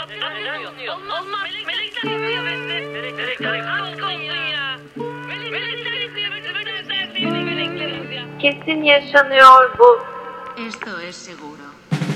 Olmaz. Melekler yıkıyor beni. Melekler aşk olsun ya. Melekler yıkıyor beni. Böyle sevdiğini meleklerimiz ya. Kesin yaşanıyor bu. Esto es seguro.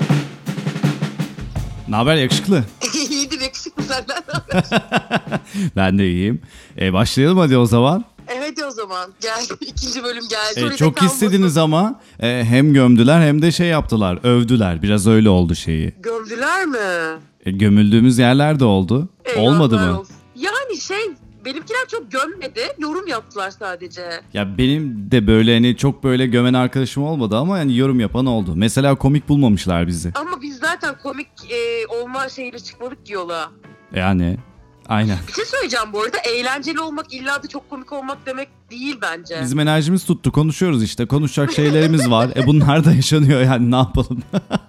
Naber yakışıklı? İyidir yakışıklı, senden ne haber? Ben de iyiyim. Başlayalım hadi o zaman. Evet o zaman gel, ikinci bölüm geldi. Çok istediniz ama hem gömdüler hem de şey yaptılar, övdüler. Biraz öyle oldu şeyi. Gömdüler mi? Gömüldüğümüz yerler de oldu. Eyvallah Olmadı mı? olsun. Yani benimkiler çok gömmedi, yorum yaptılar sadece. Ya benim de böyle hani çok böyle gömen arkadaşım olmadı ama yani yorum yapan oldu. Mesela komik bulmamışlar bizi. Ama biz zaten komik olma şeyiyle çıkmadık ki yola. Yani aynen. Bir şey söyleyeceğim bu arada, eğlenceli olmak illa da çok komik olmak demek değil bence. Bizim enerjimiz tuttu, konuşuyoruz işte. Konuşacak şeylerimiz var. Bunlar da yaşanıyor yani, ne yapalım?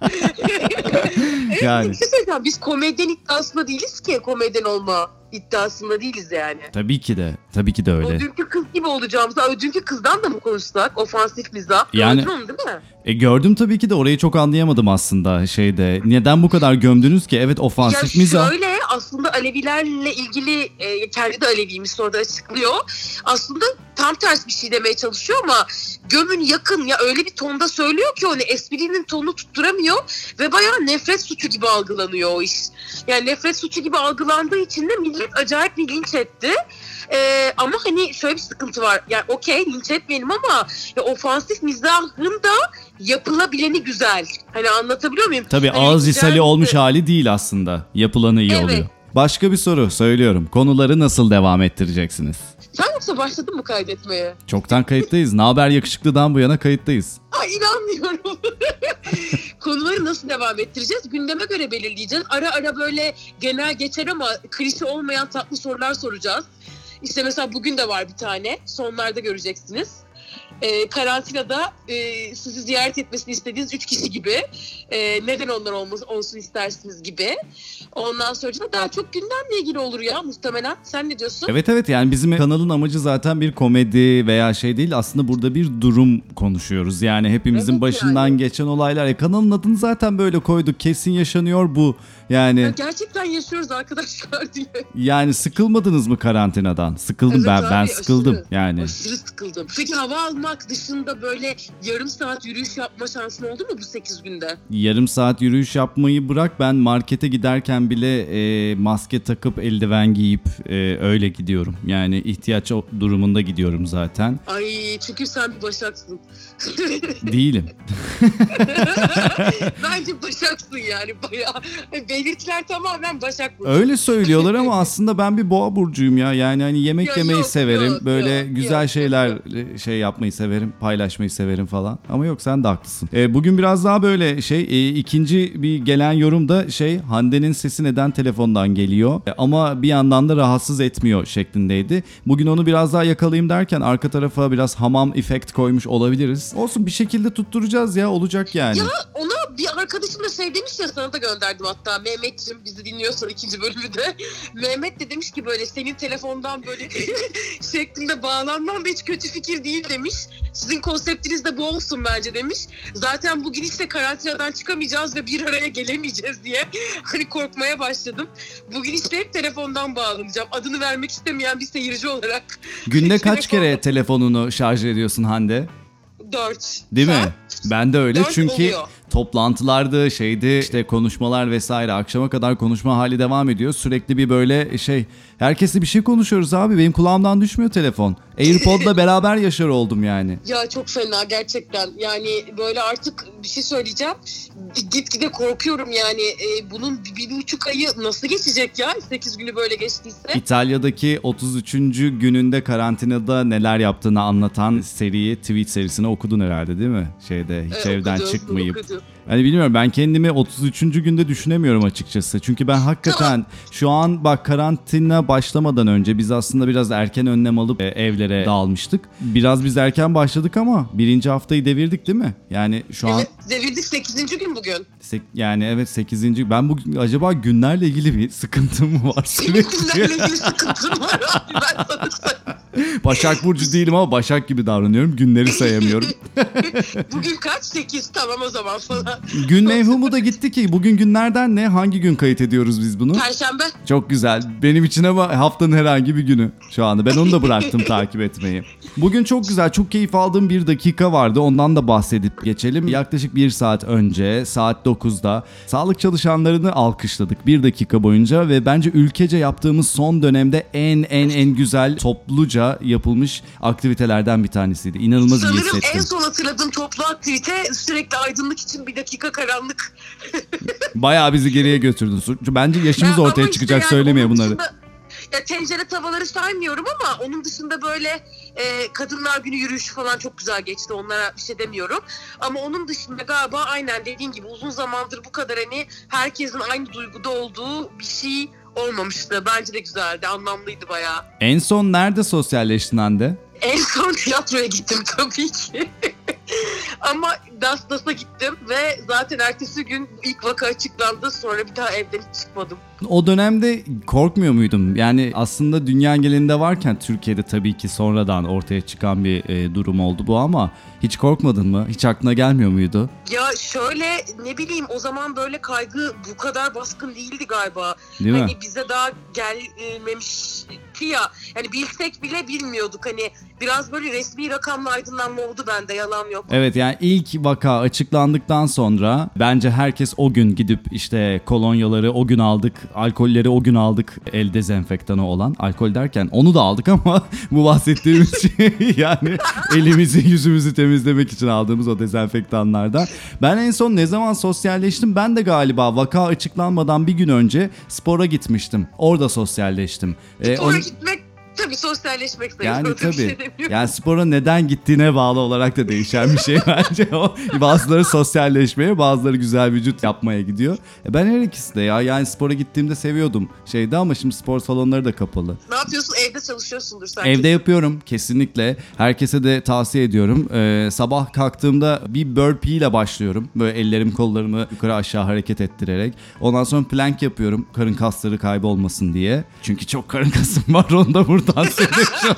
Yani. Bir şey söyleyeceğim, biz komedyen iddiasında değiliz ki, komedyen olma iddiasında değiliz yani. Tabii ki de. Tabii ki de öyle. O dünkü kız gibi olacağımıza, o dünkü kızdan da mı konuşsak? Ofansif mizah. Yani- Gördün onu değil mi? Gördüm tabii ki de, orayı çok anlayamadım aslında şeyde. Neden bu kadar gömdünüz ki? Evet, ofansif mizah. Şöyle, aslında Alevilerle ilgili kendi de Aleviymiş, sonra da açıklıyor. Aslında tam ters bir şey demeye çalışıyor ama gömün yakın ya, öyle bir tonda söylüyor ki onu, esprinin tonunu tutturamıyor ve bayağı nefret suçu gibi algılanıyor o iş. Yani nefret suçu gibi algılandığı için de millet acayip bir linç etti. Ama hani şöyle bir sıkıntı var. Yani okey, linç etmeyelim ama ya, ofansif mizahın da yapılabileni güzel. Hani anlatabiliyor muyum? Tabii Hani ağız güzel ishali bir- olmuş hali değil aslında. Yapılanı iyi Evet. oluyor. Başka bir soru söylüyorum. Konuları nasıl devam ettireceksiniz? Sen yoksa başladın mı kaydetmeye? Çoktan kayıttayız. Naber yakışıklıdan bu yana kayıttayız. Ay inanmıyorum. Konuları nasıl devam ettireceğiz? Gündeme göre belirleyeceğiz. Ara ara böyle genel geçer ama klişe olmayan tatlı sorular soracağız. İşte mesela bugün de var bir tane. Sonlarda göreceksiniz. Karantinada sizi ziyaret etmesini istediğiniz 3 kişi gibi. Neden onlar olsun istersiniz gibi. Ondan sonra da daha çok gündemle ilgili olur ya muhtemelen. Sen ne diyorsun? Evet yani bizim kanalın amacı zaten bir komedi veya şey değil. Aslında burada bir durum konuşuyoruz. Yani hepimizin Evet başından yani. geçen olaylar. Kanalın adını zaten böyle koyduk. Kesin yaşanıyor bu. Yani Ya gerçekten yaşıyoruz arkadaşlar diye. yani sıkılmadınız mı karantinadan? Sıkıldım Evet ben abi, sıkıldım aşırı. yani. Aşırı sıkıldım. Peki hava almak dışında böyle yarım saat yürüyüş yapma şansın oldu mu bu 8 günde? Yarım saat yürüyüş yapmayı bırak, ben markete giderken bile maske takıp eldiven giyip öyle gidiyorum. Yani ihtiyaç durumunda gidiyorum zaten. Ay çünkü sen bir Başaksın. Değilim. Bence Başaksın yani bayağı. Belirtiler tamamen Başak burcu. Öyle söylüyorlar ama aslında ben bir boğa burcuyum ya. Yani hani yemek Ya yemeyi yok, severim. yok, Böyle yok, güzel yok, şeyler yok. şey yapmayı severim, paylaşmayı severim falan. Ama yok, sen de haklısın. Bugün biraz daha böyle ikinci bir gelen yorum da Hande'nin sesi neden telefondan geliyor ama bir yandan da rahatsız etmiyor şeklindeydi. Bugün onu biraz daha yakalayayım derken arka tarafa biraz hamam efekt koymuş olabiliriz. Olsun, bir şekilde tutturacağız ya, olacak yani. Ya ona bir arkadaşım da demiş ya, sana da gönderdim hatta. Mehmetciğim, bizi dinliyorsan ikinci bölümü de. Mehmet de demiş ki böyle senin telefondan böyle şeklinde bağlanman da hiç kötü fikir değil demiş. Sizin konseptiniz de bu olsun bence demiş. Zaten bugün işte karantinadan çıkamayacağız ve bir araya gelemeyeceğiz diye hani korkmaya başladım. Bugün işte hep telefondan bağlanacağım. Adını vermek istemeyen bir seyirci olarak. Günde kaç kere telefonunu şarj ediyorsun Hande? 4. Değil mi? Ben de öyle 4 çünkü oluyor. toplantılarda işte konuşmalar vesaire, akşama kadar konuşma hali devam ediyor. Sürekli bir böyle herkesle bir şey konuşuyoruz abi. Benim kulağımdan düşmüyor telefon. AirPod'la beraber yaşar oldum yani. Ya çok fena gerçekten. Yani böyle artık bir şey söyleyeceğim. Gitgide korkuyorum yani. Bunun 1,5 ayı nasıl geçecek ya? 8 günü böyle geçtiyse. İtalya'daki 33. gününde karantinada neler yaptığını anlatan tweet serisini okudun herhalde değil mi? Hiç evden Okudum, çıkmayıp. okudum. Hani bilmiyorum, ben kendimi 33. günde düşünemiyorum açıkçası. Çünkü ben hakikaten şu an bak, karantina başlamadan önce biz aslında biraz erken önlem alıp evlere dağılmıştık. Biraz biz erken başladık ama birinci haftayı devirdik değil mi? Yani şu an Evet, devirdik 8. gün bugün. yani evet 8. Ben bugün acaba günlerle ilgili bir sıkıntım mı var Senin sürekli? günlerle ilgili sıkıntın var abi, ben sana söyleyeyim. Başak Burcu değilim ama Başak gibi davranıyorum. Günleri sayamıyorum. Bugün kaç? 8, tamam o zaman falan. Gün mevhumu da gitti ki. Bugün günlerden ne? Hangi gün kayıt ediyoruz biz bunu? Perşembe. Çok güzel. Benim için ama haftanın herhangi bir günü şu anda. Ben onu da bıraktım takip etmeyi. Bugün çok güzel, çok keyif aldığım bir dakika vardı. Ondan da bahsedip geçelim. Yaklaşık 1 saat önce saat 9'da sağlık çalışanlarını alkışladık 1 dakika boyunca ve bence ülkece yaptığımız son dönemde en güzel topluca yapılmış aktivitelerden bir tanesiydi. İnanılmaz iyi Sanırım hissettim. en son hatırladığım toplu aktivite sürekli aydınlık için 1 dakika karanlık. Bayağı bizi geriye götürdün. Bence yaşımız Ya ortaya ama çıkacak, işte yani söylemeye onun bunları. dışında, ya tencere tavaları saymıyorum ama onun dışında böyle Kadınlar Günü yürüyüşü falan çok güzel geçti. Onlara bir şey demiyorum. Ama onun dışında galiba aynen dediğin gibi uzun zamandır bu kadar hani herkesin aynı duyguda olduğu bir şey olmamıştı. Bence de güzeldi, anlamlıydı bayağı. En son nerede sosyalleştin Hande? En son tiyatroya gittim tabii ki. Ama DAS'a gittim ve zaten ertesi gün ilk vaka açıklandı. Sonra bir daha evden hiç çıkmadım. O dönemde korkmuyor muydum? Yani aslında dünya genelinde varken Türkiye'de tabii ki sonradan ortaya çıkan bir durum oldu bu ama hiç korkmadın mı? Hiç aklına gelmiyor muydu? Ya şöyle ne bileyim o zaman böyle kaygı bu kadar baskın değildi galiba. Değil mi? Hani bize daha gelmemişti ya. Yani bilsek bile bilmiyorduk. Hani biraz böyle resmi rakamla aydınlanma oldu bende, yalan yok. Evet, yani ilk vaka açıklandıktan sonra bence herkes o gün gidip işte kolonyaları o gün aldık, alkolleri o gün aldık, el dezenfektanı olan. Alkol derken onu da aldık ama bu bahsettiğimiz şey yani elimizi yüzümüzü temizlemek için aldığımız o dezenfektanlardan. Ben en son ne zaman sosyalleştim? Ben de galiba vaka açıklanmadan bir gün önce spora gitmiştim. Orada sosyalleştim. Spora gitmek tabii sosyalleşmek sayılır. Yani Orada bir tabii. şey demiyorum. Yani spora neden gittiğine bağlı olarak da değişen bir şey bence o. Bazıları sosyalleşmeye, bazıları güzel vücut yapmaya gidiyor. Ben her ikisi de ya. Yani spora gittiğimde seviyordum şeyde ama şimdi spor salonları da kapalı. Ne yapıyorsun? Evde çalışıyorsundur sen. Evde yapıyorum kesinlikle. Herkese de tavsiye ediyorum. Sabah kalktığımda bir burpee ile başlıyorum. Böyle ellerimi kollarımı yukarı aşağı hareket ettirerek. Ondan sonra plank yapıyorum. Karın kasları kaybolmasın diye. Çünkü çok karın kasım var, onu da buradan söylüyorum.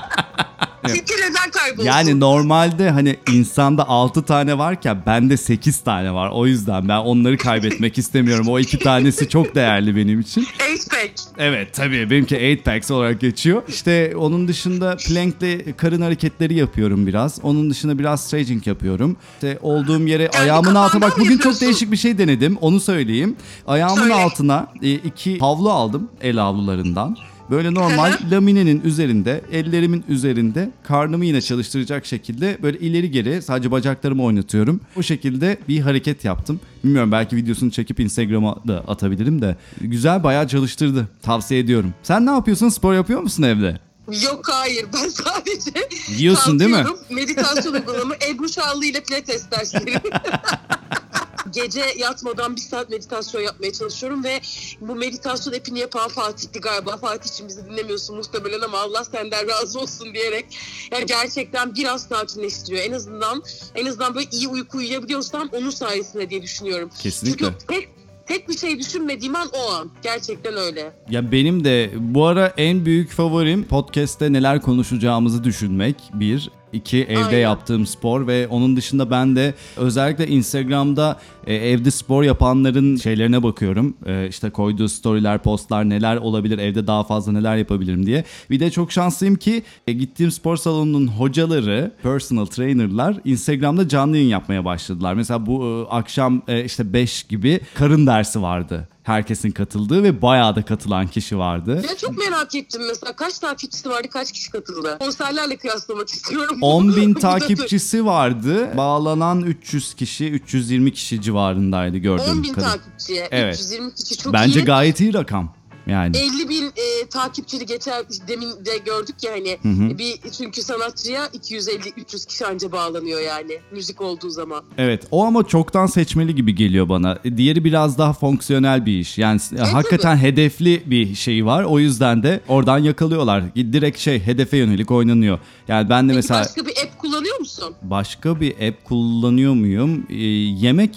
Çünkü neden kaybolsun? Yani normalde hani insanda 6 tane varken bende 8 tane var. O yüzden ben onları kaybetmek istemiyorum. O 2 tanesi çok değerli benim için. 8-pack. Evet tabii benimki 8-packs olarak geçiyor. İşte onun dışında plank'le karın hareketleri yapıyorum biraz. Onun dışında biraz stretching yapıyorum. İşte olduğum yere ayağımın altına, bak bugün çok değişik bir şey denedim. Onu söyleyeyim. Ayağımın Söyle. altına 2 havlu aldım, el havlularından. Böyle normal laminenin üzerinde, ellerimin üzerinde karnımı yine çalıştıracak şekilde böyle ileri geri sadece bacaklarımı oynatıyorum. O şekilde bir hareket yaptım. Bilmiyorum, belki videosunu çekip Instagram'a da atabilirim de. Güzel, bayağı çalıştırdı. Tavsiye ediyorum. Sen ne yapıyorsun? Spor yapıyor musun evde? Yok hayır, ben sadece Yiyorsun değil mi? kalkıyorum, meditasyon uygulama, Ebru Şallı ile pilates dersleri. Gece yatmadan 1 saat meditasyon yapmaya çalışıyorum ve bu meditasyon app'ini yapan Fatih'ti galiba. Fatih'cim bizi dinlemiyorsun muhtemelen ama Allah senden razı olsun diyerek. Yani gerçekten biraz sakinleştiriyor. En azından böyle iyi uyku uyuyabiliyorsam onun sayesinde diye düşünüyorum. Kesinlikle. Çünkü tek bir şey düşünmediğim an o an. Gerçekten öyle. Ya benim de bu ara en büyük favorim podcast'te neler konuşacağımızı düşünmek. 1. 2. Evde Aynen. yaptığım spor ve onun dışında ben de özellikle Instagram'da evde spor yapanların şeylerine bakıyorum. İşte koyduğu storyler, postlar neler olabilir, evde daha fazla neler yapabilirim diye. Bir de çok şanslıyım ki gittiğim spor salonunun hocaları, personal trainer'lar Instagram'da canlı yayın yapmaya başladılar. Mesela bu akşam işte 5 gibi karın dersi vardı. Herkesin katıldığı ve bayağı da katılan kişi vardı. Ya çok merak ettim mesela kaç takipçisi vardı, kaç kişi katıldı? Konserlerle kıyaslamak istiyorum. 10.000 Bu da- takipçisi vardı. Bağlanan 300 kişi, 320 kişi civarındaydı gördüğüm 10.000 kadarıyla. takipçiye, Evet. 320 kişi çok Bence iyi. gayet iyi rakam. Yani 50.000 takipçili geçer, demin de gördük ya hani çünkü sanatçıya 250-300 kişi anca bağlanıyor yani müzik olduğu zaman. evet, o ama çoktan seçmeli gibi geliyor bana. Diğeri biraz daha fonksiyonel bir iş. Yani hakikaten hedefli bir şey var. O yüzden de oradan yakalıyorlar. Direkt hedefe yönelik oynanıyor. Yani ben de Peki mesela başka bir app kullanıyor musun? başka bir app kullanıyor muyum? Yemek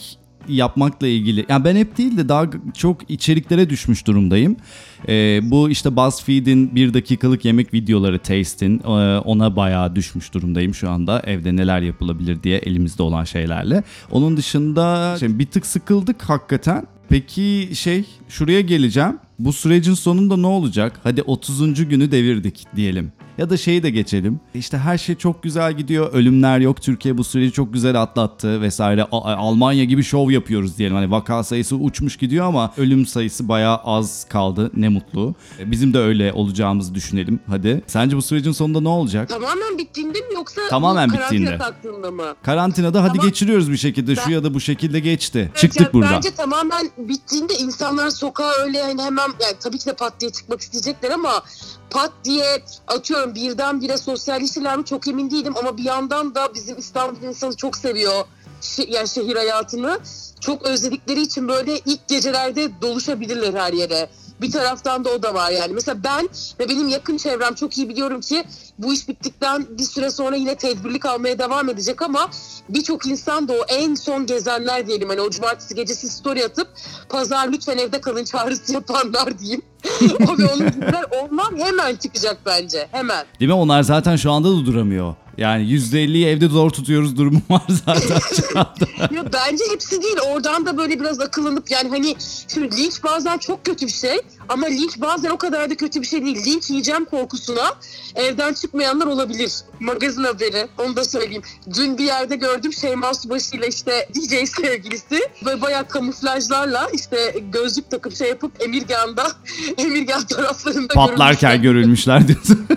yapmakla ilgili. Yani ben hep değil de daha çok içeriklere düşmüş durumdayım. Bu işte BuzzFeed'in 1 dakikalık yemek videoları Taste'in ona bayağı düşmüş durumdayım şu anda. Evde neler yapılabilir diye elimizde olan şeylerle. Onun dışında bir tık sıkıldık hakikaten. Peki şuraya geleceğim. Bu sürecin sonunda ne olacak? Hadi 30. günü devirdik diyelim. Ya da şeyi de geçelim. İşte her şey çok güzel gidiyor. Ölümler yok. Türkiye bu süreci çok güzel atlattı vesaire. Almanya gibi şov yapıyoruz diyelim. Hani vaka sayısı uçmuş gidiyor ama ölüm sayısı bayağı az kaldı. Ne mutlu. Bizim de öyle olacağımızı düşünelim. Hadi. Sence bu sürecin sonunda ne olacak? Tamamen bittiğinde mi yoksa tamamen karantina bittiğinde. taktığında mı? Karantinada hadi geçiriyoruz bir şekilde. Şu ya da bu şekilde geçti. Çıktık buradan. Bence tamamen bittiğinde insanlar sokağa öyle hani hemen, yani tabii ki de pat diye çıkmak isteyecekler ama pat diye atıyorum birdenbire sosyalleşirler mi çok emin değilim ama bir yandan da bizim İstanbul insanı çok seviyor yani şehir hayatını. Çok özledikleri için böyle ilk gecelerde doluşabilirler her yere. Bir taraftan da o da var yani. Mesela ben ve benim yakın çevrem çok iyi biliyorum ki bu iş bittikten bir süre sonra yine tedbirli kalmaya devam edecek ama birçok insan da o en son gezenler diyelim. Hani o cumartesi gecesi story atıp pazar lütfen evde kalın çağrısı yapanlar diyeyim. Abi onlar hemen çıkacak bence. Hemen. Değil mi? Onlar zaten şu anda da duramıyor. Yani %50'yi evde zor tutuyoruz durumu var zaten şu anda. Ya bence hepsi değil. Oradan da böyle biraz akıllanıp yani hani şimdi linç bazen çok kötü bir şey ama linç bazen o kadar da kötü bir şey değil. Linç yiyeceğim korkusuna evden çıkmayanlar olabilir. Magazin haberi. Onu da söyleyeyim. Dün bir yerde gördüm Şeyma Subaşı ile işte DJ sevgilisi böyle bayağı kamuflajlarla işte gözlük takıp şey yapıp Emirgan taraflarında patlarken görülmüşler diyorsun.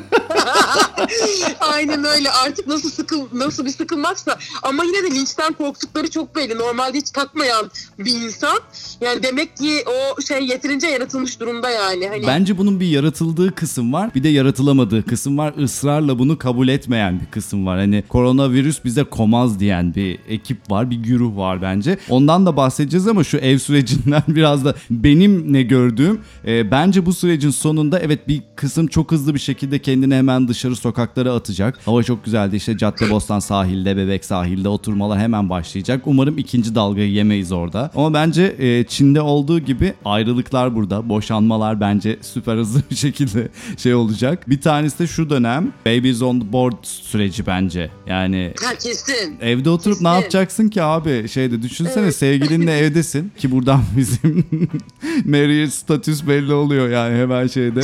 Aynen öyle. Artık nasıl bir sıkılmaksa ama yine de linçten korktukları çok belli. Normalde hiç takmayan bir insan. Yani demek ki o şey yeterince yaratılmış durumda yani. Hani... Bence bunun bir yaratıldığı kısım var. Bir de yaratılamadığı kısım var. Israrla bunu kabul etmeyen bir kısım var. Hani koronavirüs bize komaz diyen bir ekip var. Bir güruh var bence. Ondan da bahsedeceğiz ama şu ev sürecinden biraz da benim ne gördüğüm bence bu sürecin sonunda evet bir kısım çok hızlı bir şekilde kendini hemen dışarı sokaklara atacak. Hava çok güzeldi. İşte Caddebostan sahilde, Bebek sahilde oturmalar hemen başlayacak. Umarım ikinci dalgayı yemeyiz orada. Ama bence Çin'de olduğu gibi ayrılıklar burada. Boşanmalar bence süper hızlı bir şekilde olacak. Bir tanesi de şu dönem Babies on the Board süreci bence. Yani kesin. Evde oturup kesin. Ne yapacaksın ki abi? Düşünsene evet. Sevgilinle evdesin ki buradan bizim marriage statüs belli oluyor yani hemen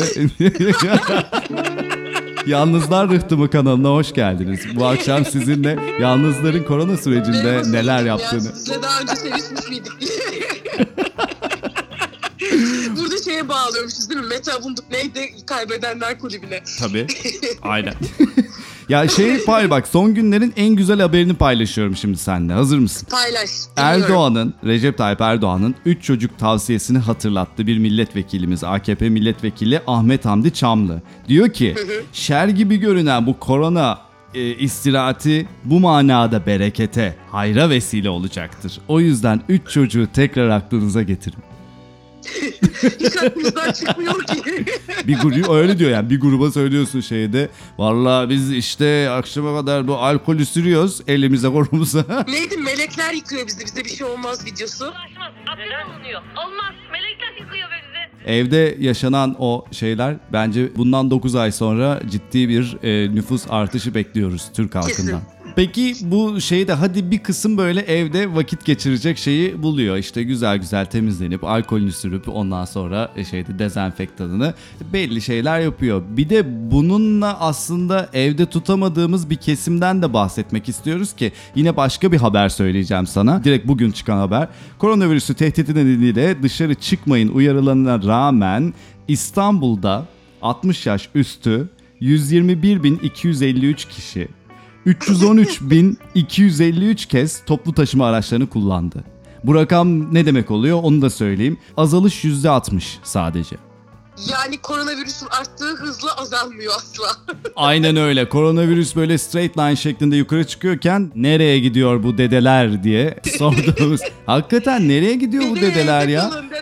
Yalnızlar Rıhtımı kanalına hoş geldiniz. Bu akşam sizinle yalnızların korona sürecinde neler yaptığını. Sizle daha önce sevişmiş miydik diye. Burada şeye bağlıyormuşuz değil mi? Meta Bunduk neydi? Kaybedenler kulübüne. Tabii. Aynen. Ya bak son günlerin en güzel haberini paylaşıyorum şimdi seninle. Hazır mısın? Paylaş. Recep Tayyip Erdoğan'ın 3 çocuk tavsiyesini hatırlattı bir milletvekilimiz, AKP milletvekili Ahmet Hamdi Çamlı. Diyor ki şer gibi görünen bu korona istirahati bu manada berekete, hayra vesile olacaktır. O yüzden 3 çocuğu tekrar aklınıza getirin. Hiç aklımızdan çıkmıyor ki. Bir grup öyle diyor yani bir gruba söylüyorsun vallahi biz işte akşama kadar bu alkolü sürüyoruz elimize kolumuza. Neydi melekler yıkıyor bize bir şey olmaz videosu. Ulaşmaz. Abdest alınıyor. Olmaz. Melekler yıkıyor bizi. Evde yaşanan o şeyler bence bundan 9 ay sonra ciddi bir nüfus artışı bekliyoruz Türk halkından. Kesin. Peki bu hadi bir kısım böyle evde vakit geçirecek şeyi buluyor. İşte güzel güzel temizlenip alkolünü sürüp ondan sonra dezenfektanını belli şeyler yapıyor. Bir de bununla aslında evde tutamadığımız bir kesimden de bahsetmek istiyoruz ki yine başka bir haber söyleyeceğim sana. Direkt bugün çıkan haber. Koronavirüsü tehdidi nedeniyle dışarı çıkmayın uyarılarına rağmen İstanbul'da 60 yaş üstü 121.253 kişi 313.253 kez toplu taşıma araçlarını kullandı. Bu rakam ne demek oluyor onu da söyleyeyim. Azalış %60 sadece. Yani koronavirüsün arttığı hızla azalmıyor asla. Aynen öyle. Koronavirüs böyle straight line şeklinde yukarı çıkıyorken nereye gidiyor bu dedeler diye sorduğumuz. Hakikaten nereye gidiyor bu dedeler ya? Dedeler.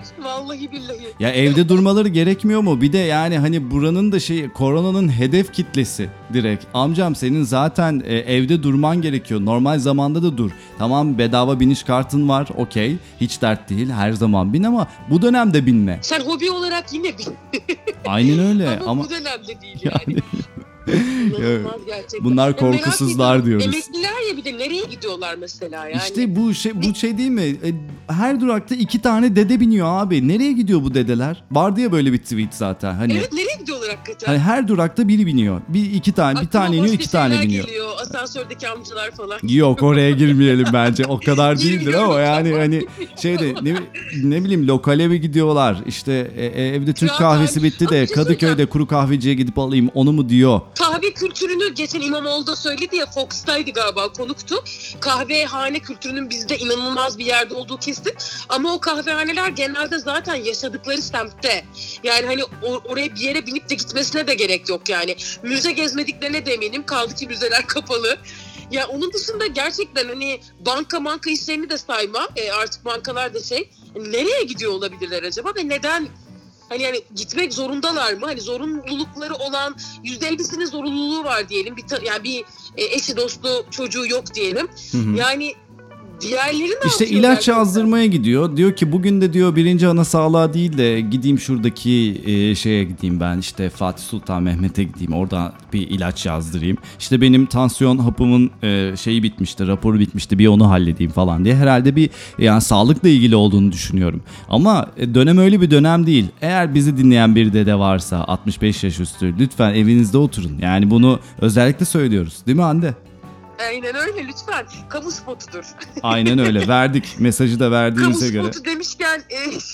Vallahi billahi. Ya evde durmaları gerekmiyor mu? Bir de yani hani buranın da koronanın hedef kitlesi direkt. Amcam senin zaten evde durman gerekiyor. Normal zamanda da dur. Tamam, bedava biniş kartın var, okey. Hiç dert değil, her zaman bin ama bu dönemde binme. Sen hobi olarak yine bin. Aynen öyle ama bu dönemde değil yani. İnanılmaz gerçekten. bunlar Ya korkusuzlar merak ediyorum, diyoruz. Emekliler ya bir de nereye gidiyorlar mesela yani. İşte bu şey değil mi? Her durakta 2 tane dede biniyor abi. Nereye gidiyor bu dedeler? Vardı ya böyle bir tweet zaten. Hani Evet, nereye gidiyorlar hakikaten? hani her durakta biri biniyor. Bir tane Aklıma iniyor, başka 2 tane şeyler biniyor. geliyor. Asansördeki amcalar falan. Yok, oraya girmeyelim bence. O kadar değildir Girmiyorum ama yani ama. hani şeyde ne bileyim lokale mi gidiyorlar? İşte evde Türk Ya kahvesi ben- bitti ama de bir şey Kadıköy'de söyleyeceğim. kuru kahveciye gidip alayım onu mu diyor. Kahve kültürünü geçen İmamoğlu da söyledi ya, Fox'taydı galiba, konuktu. Kahvehane kültürünün bizde inanılmaz bir yerde olduğu kesin. Ama o kahvehaneler genelde zaten yaşadıkları semtte. Yani hani oraya bir yere binip de gitmesine de gerek yok yani. Müze gezmediklerine de eminim. Kaldı ki müzeler kapalı. Ya onun dışında gerçekten hani banka işlerini de sayma. Artık bankalar da nereye gidiyor olabilirler acaba ve neden? Hani yani gitmek zorundalar mı? Hani zorunlulukları olan %50'sinin zorunluluğu var diyelim. Yani bir eşi dostu çocuğu yok diyelim. Yani diğerleri ne İşte yapıyor ilaç gerçekten? yazdırmaya gidiyor. Diyor ki bugün de diyor birinci ana sağlığa değil de gideyim şuradaki şeye gideyim ben, işte Fatih Sultan Mehmet'e gideyim. Orada bir ilaç yazdırayım. İşte benim tansiyon hapımın şeyi bitmişti, raporu bitmişti. Bir onu halledeyim falan diye. Herhalde bir yani sağlıkla ilgili olduğunu düşünüyorum. Ama dönem öyle bir dönem değil. Eğer bizi dinleyen bir dede varsa 65 yaş üstü, lütfen evinizde oturun. Yani bunu özellikle söylüyoruz. Değil mi Hande? Aynen öyle, lütfen. Kamu spotudur. Aynen öyle. Verdik. Mesajı da Kamu verdiğimize göre. spotu demişken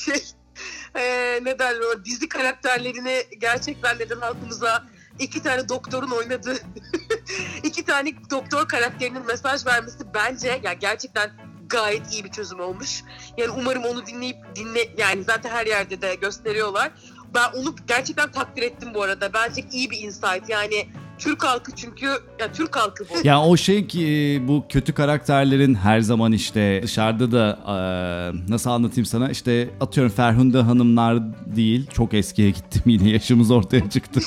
ne derler, o dizi karakterlerini gerçekten neden halkımıza 2 tane doktorun oynadığı 2 tane doktor karakterinin mesaj vermesi bence ya gerçekten gayet iyi bir çözüm olmuş. Yani umarım onu yani zaten her yerde de gösteriyorlar. Ben onu gerçekten takdir ettim bu arada. Bence iyi bir insight. Yani Türk halkı, çünkü ya Türk halkı bu. Ya o şey ki bu kötü karakterlerin her zaman işte dışarıda da nasıl anlatayım sana, işte atıyorum Ferhunde Hanımlar değil, çok eskiye gittim yine, yaşımız ortaya çıktı.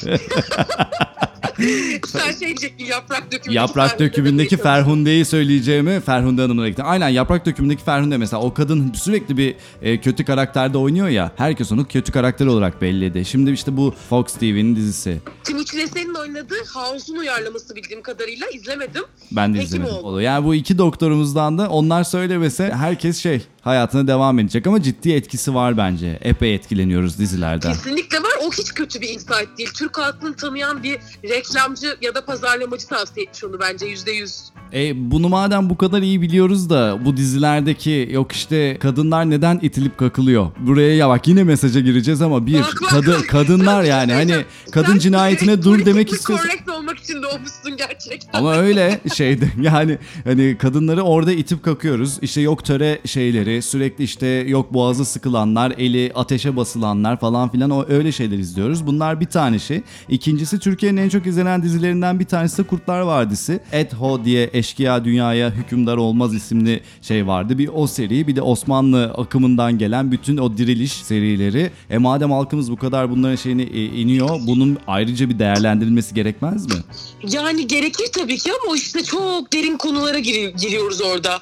Sen diyecektin, Yaprak dökümündeki Ferhunde'yi söyleyeceğimi Ferhunde Hanım'la gittim. Aynen, Yaprak dökümündeki Ferhunde mesela, o kadın sürekli bir kötü karakterde oynuyor ya, herkes onu kötü karakter olarak belledi. Şimdi işte bu Fox TV'nin dizisi. Timuçin Esen'in oynadığı House'un uyarlaması bildiğim kadarıyla, izlemedim. Ben de Hekim izlemedim. oldu. Yani bu 2 doktorumuzdan da onlar söylemese herkes hayatına devam edecek ama ciddi etkisi var bence. Epey etkileniyoruz dizilerden. Kesinlikle var. O hiç kötü bir insight değil. Türk halkını tanıyan bir reklamcı ya da pazarlamacı tavsiye etmiş onu bence %100. Bunu madem bu kadar iyi biliyoruz da bu dizilerdeki yok işte kadınlar neden itilip kakılıyor? Buraya ya bak, yine mesaja gireceğiz ama kadınlar yani hani kadın cinayetine dur demek istiyorsun. Correct olmak için doğmuşsun gerçekten. Ama öyle yani hani kadınları orada itip kakıyoruz. İşte yok töre şeyleri, sürekli işte yok boğazı sıkılanlar, eli ateşe basılanlar falan filan, o öyle şeyler izliyoruz. Bunlar bir tane şey. İkincisi, Türkiye'nin en çok izlenen dizilerinden bir tanesi de Kurtlar Vadisi. Edho diye Eşkıya Dünyaya Hükümdar Olmaz isimli vardı. Bir o seri, bir de Osmanlı akımından gelen bütün o diriliş serileri. Madem halkımız bu kadar bunların iniyor, bunun ayrıca bir değerlendirilmesi gerekmez mi? Yani gerekir tabii ki ama işte çok derin konulara giriyoruz orada.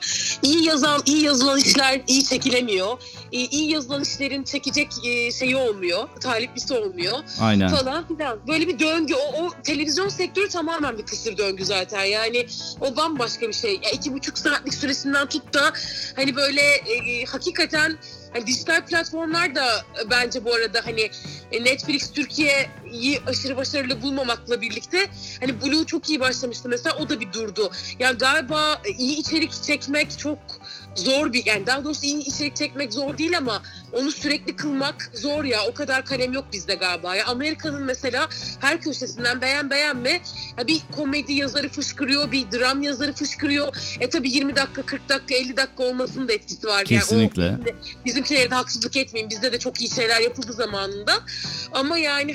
İyi yazılan işler iyi çekilemiyor. İyi yazılan işlerin çekecek şeyi olmuyor. Taliplisi olmuyor. Aynen. Falan filan. Böyle bir döngü. O televizyon sektörü tamamen bir kısır döngü zaten. Yani o bambaşka bir şey. 2,5 saatlik süresinden tut da hani böyle hakikaten hani dijital platformlar da bence bu arada hani Netflix Türkiye'yi aşırı başarılı bulmamakla birlikte hani Blue çok iyi başlamıştı mesela, o da bir durdu. Yani galiba iyi içerik çekmek çok zor yani daha doğrusu iyi içerik çekmek zor değil ama onu sürekli kılmak zor ya. O kadar kalem yok bizde galiba. Ya Amerika'nın mesela her köşesinden beğenme ya bir komedi yazarı fışkırıyor, bir dram yazarı fışkırıyor. Tabii 20 dakika, 40 dakika, 50 dakika olmasının da etkisi var. Kesinlikle. Yani bizimkilere de haksızlık etmeyeyim. Bizde de çok iyi şeyler yapıldı zamanında. Ama yani hani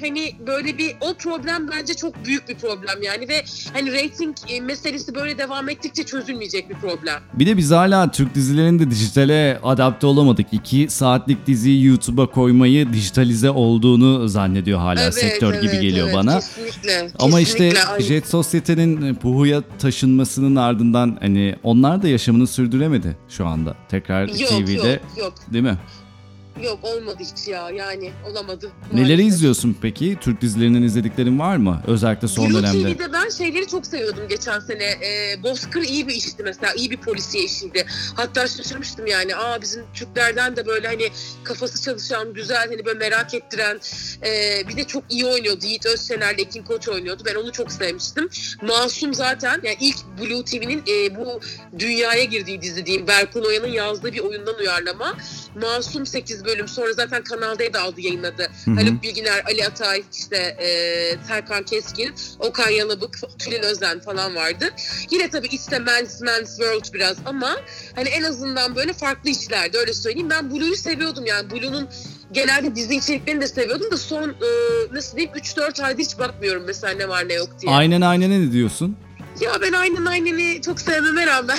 böyle bir o problem bence çok büyük bir problem yani ve hani reyting meselesi böyle devam ettikçe çözülmeyecek bir problem. Bir de biz hala Türk dizilerinde dijitale adapte olamadık. 2 saatlik diziyi YouTube'a koymayı dijitalize olduğunu zannediyor hala sektör gibi geliyor bana. Kesinlikle. Ama işte Aynı. Jet Sosyete'nin Puhu'ya taşınmasının ardından hani onlar da yaşamını sürdüremedi şu anda. Tekrar TV'de. Yok. Değil mi? Yok olmadı hiç ya yani olamadı. Neleri Maalesef. izliyorsun peki? Türk dizilerinden izlediklerin var mı? Özellikle son Blue dönemde. TV'de ben şeyleri çok seviyordum geçen sene. Bozkır iyi bir işti mesela. İyi bir polisiye işiydi. Hatta şaşırmıştım yani. Bizim Türklerden de böyle hani kafası çalışan, güzel hani böyle merak ettiren bir de çok iyi oynuyordu. Yiğit Özşener'le Ekin Koç oynuyordu. Ben onu çok sevmiştim. Masum zaten yani ilk Blue TV'nin bu dünyaya girdiği dizi diyeyim. Berkun Oya'nın yazdığı bir oyundan uyarlama. Masum 8 bölüm sonra zaten Kanal D'de aldı yayınladı. Haluk Bilginer, Ali Atay, işte Serkan Keskin, Okan Yanabık, Tülin Özen falan vardı. Yine tabii işte Men's World biraz ama hani en azından böyle farklı işlerdi öyle söyleyeyim. Ben Blue'yu seviyordum yani Blue'nun genelde dizi içeriklerini de seviyordum da son nasıl diyeyim 3-4 ayda hiç bakmıyorum mesela ne var ne yok diye. Aynen ne diyorsun? Ya ben Aynen'i çok sevmeme rağmen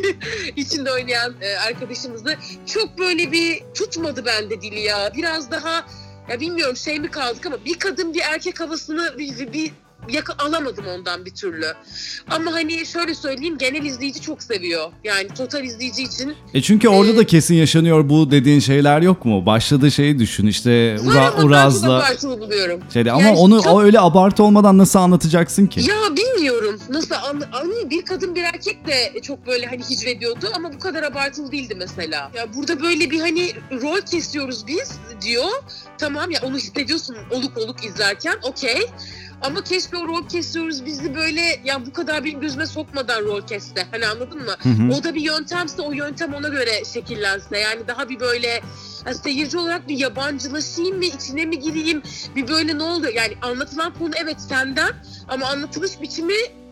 içinde oynayan arkadaşımızı çok böyle bir tutmadı bende dili ya. Biraz daha ya bilmiyorum şey mi kaldık ama bir kadın bir erkek havasını bir alamadım ondan bir türlü. Ama hani şöyle söyleyeyim genel izleyici çok seviyor. Yani total izleyici için. Çünkü orada da kesin yaşanıyor bu dediğin şeyler yok mu? Başladığı şeyi düşün işte Uraz'la. Abartılı buluyorum. Ama yani onu çok... öyle abartı olmadan nasıl anlatacaksın ki? Ya bilmiyorum nasıl hani bir kadın bir erkek de çok böyle hani hicvediyordu ama bu kadar abartılı değildi mesela. Ya burada böyle bir hani rol kesiyoruz biz diyor. Tamam ya onu hissediyorsun oluk izlerken okey. Ama keşke o rol kesiyoruz bizi böyle ya bu kadar benim gözüme sokmadan rol kesse. Hani anladın mı? O da bir yöntemse o yöntem ona göre şekillense. Yani daha bir böyle ya seyirci olarak bir yabancılaşayım mı, içine mi gireyim? Bir böyle ne oluyor? Yani anlatılan konu evet senden ama anlatılış biçimi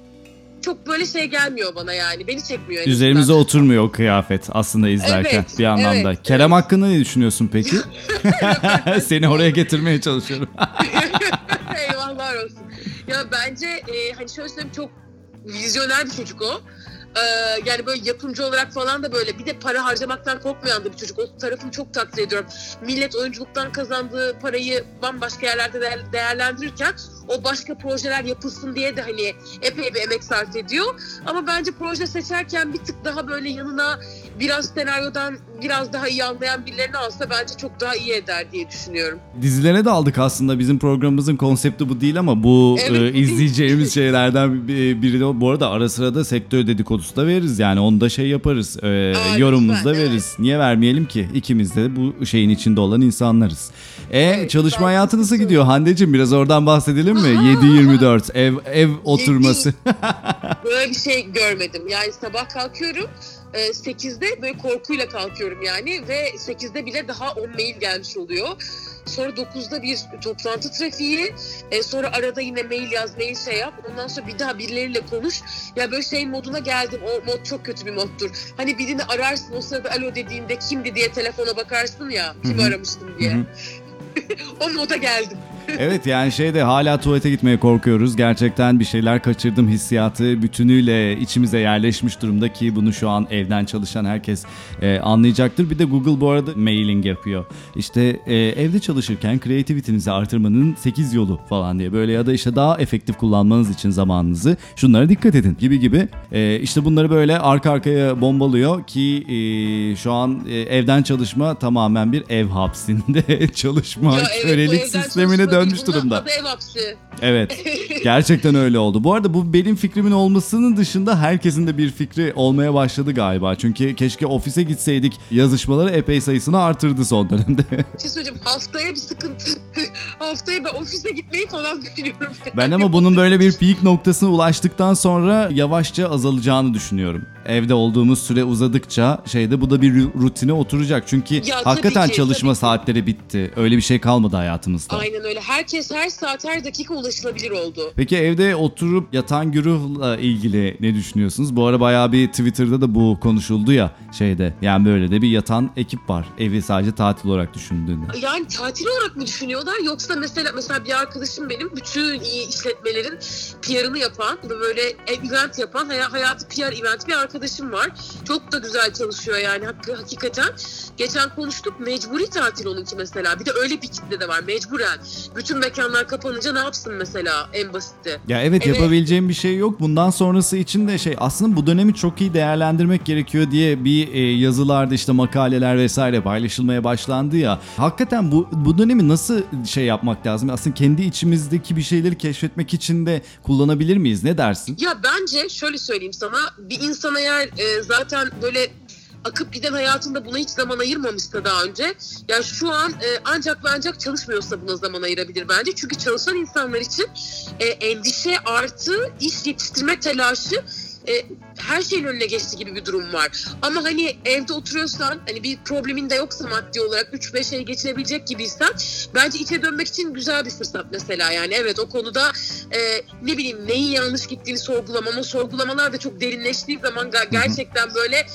çok böyle şey gelmiyor bana yani. Beni çekmiyor. Üzerimize oturmuyor o kıyafet aslında izlerken evet, bir anlamda. Evet, Kerem hakkında ne düşünüyorsun peki? Seni oraya getirmeye çalışıyorum. Eyvahlar olsun. Ya bence hani şöyle söyleyeyim çok vizyoner bir çocuk o. Yani böyle yapımcı olarak falan da böyle bir de para harcamaktan korkmayan da bir çocuk. O tarafını çok takdir ediyorum. Millet oyunculuktan kazandığı parayı bambaşka yerlerde değerlendirirken o başka projeler yapılsın diye de hani epey bir emek sarf ediyor. Ama bence proje seçerken bir tık daha böyle yanına biraz senaryodan biraz daha iyi anlayan birilerini alsa bence çok daha iyi eder diye düşünüyorum. Dizilere de aldık aslında. Bizim programımızın konsepti bu değil ama bu izleyeceğimiz şeylerden biri de bu arada ara sıra da sektör dedikodusu da veririz. Yani onu da şey yaparız. Yorumumuzu da veririz. Evet. Niye vermeyelim ki? İkimiz de bu şeyin içinde olan insanlarız. Evet, çalışma hayatı nasıl gidiyor? Hande'cim biraz oradan bahsedelim mi? 7-24 ev oturması. Böyle bir şey görmedim. Yani sabah kalkıyorum. 8'de böyle korkuyla kalkıyorum yani ve 8'de bile daha 10 mail gelmiş oluyor. Sonra 9'da bir toplantı trafiği, sonra arada yine mail yaz, mail şey yap. Ondan sonra bir daha birileriyle konuş. Ya böyle şey moduna geldim. O mod çok kötü bir moddur. Hani birini ararsın o sırada alo dediğinde kimdi diye telefona bakarsın ya. Kimi aramıştım diye. O moda geldim. Evet yani hala tuvalete gitmeye korkuyoruz. Gerçekten bir şeyler kaçırdım hissiyatı bütünüyle içimize yerleşmiş durumda ki bunu şu an evden çalışan herkes anlayacaktır. Bir de Google bu arada mailing yapıyor. İşte evde çalışırken kreativitinizi artırmanın 8 yolu falan diye böyle ya da işte daha efektif kullanmanız için zamanınızı şunlara dikkat edin gibi. İşte bunları böyle arka arkaya bombalıyor ki şu an evden çalışma tamamen bir ev hapsinde çalışma kölelik sistemine dönmüş durumda. Adı ev hapsi. Evet. Gerçekten öyle oldu. Bu arada bu benim fikrimin olmasının dışında herkesin de bir fikri olmaya başladı galiba. Çünkü keşke ofise gitseydik yazışmaları epey sayısını artırdı son dönemde. Bir şey söyleyeceğim. Haftaya bir sıkıntı. Haftaya ben ofise gitmeyi falan düşünüyorum. Ben ama bunun böyle bir peak noktasına ulaştıktan sonra yavaşça azalacağını düşünüyorum. Evde olduğumuz süre uzadıkça bu da bir rutine oturacak. Çünkü hakikaten çalışma saatleri bitti. Öyle bir şey kalmadı hayatımızda. Aynen öyle. Herkes her saat her dakika ulaşılabilir oldu. Peki evde oturup yatan güruhla ilgili ne düşünüyorsunuz? Bu ara bayağı bir Twitter'da da bu konuşuldu ya yani böyle de bir yatan ekip var. Evi sadece tatil olarak düşündüğünde. Yani tatil olarak mı düşünüyor? yapıyorlar yoksa mesela bir arkadaşım benim bütün iyi işletmelerin PR'ını yapan ve böyle event yapan hayatı PR event bir arkadaşım var. Çok da güzel çalışıyor yani hakikaten. Geçen konuştuk, mecburi tatil onunki mesela. Bir de öyle bir kitle de var, mecburen. Bütün mekanlar kapanınca ne yapsın mesela en basiti. Ya evet, yapabileceğim bir şey yok. Bundan sonrası için de aslında bu dönemi çok iyi değerlendirmek gerekiyor diye bir yazılarda işte makaleler vesaire paylaşılmaya başlandı ya. Hakikaten bu dönemi nasıl yapmak lazım? Aslında kendi içimizdeki bir şeyleri keşfetmek için de kullanabilir miyiz? Ne dersin? Ya bence şöyle söyleyeyim sana, bir insan eğer zaten böyle akıp giden hayatında buna hiç zaman ayırmamışsa daha önce, ya şu an ancak ve ancak çalışmıyorsa buna zaman ayırabilir bence. Çünkü çalışan insanlar için endişe artı iş yetiştirme telaşı her şeyin önüne geçti gibi bir durum var. Ama hani evde oturuyorsan, hani bir problemin de yoksa maddi olarak 3-5 ay geçirebilecek gibiysen, bence içe dönmek için güzel bir fırsat mesela. Yani evet, o konuda ne bileyim neyin yanlış gittiğini sorgulamalar da çok derinleştiği zaman gerçekten böyle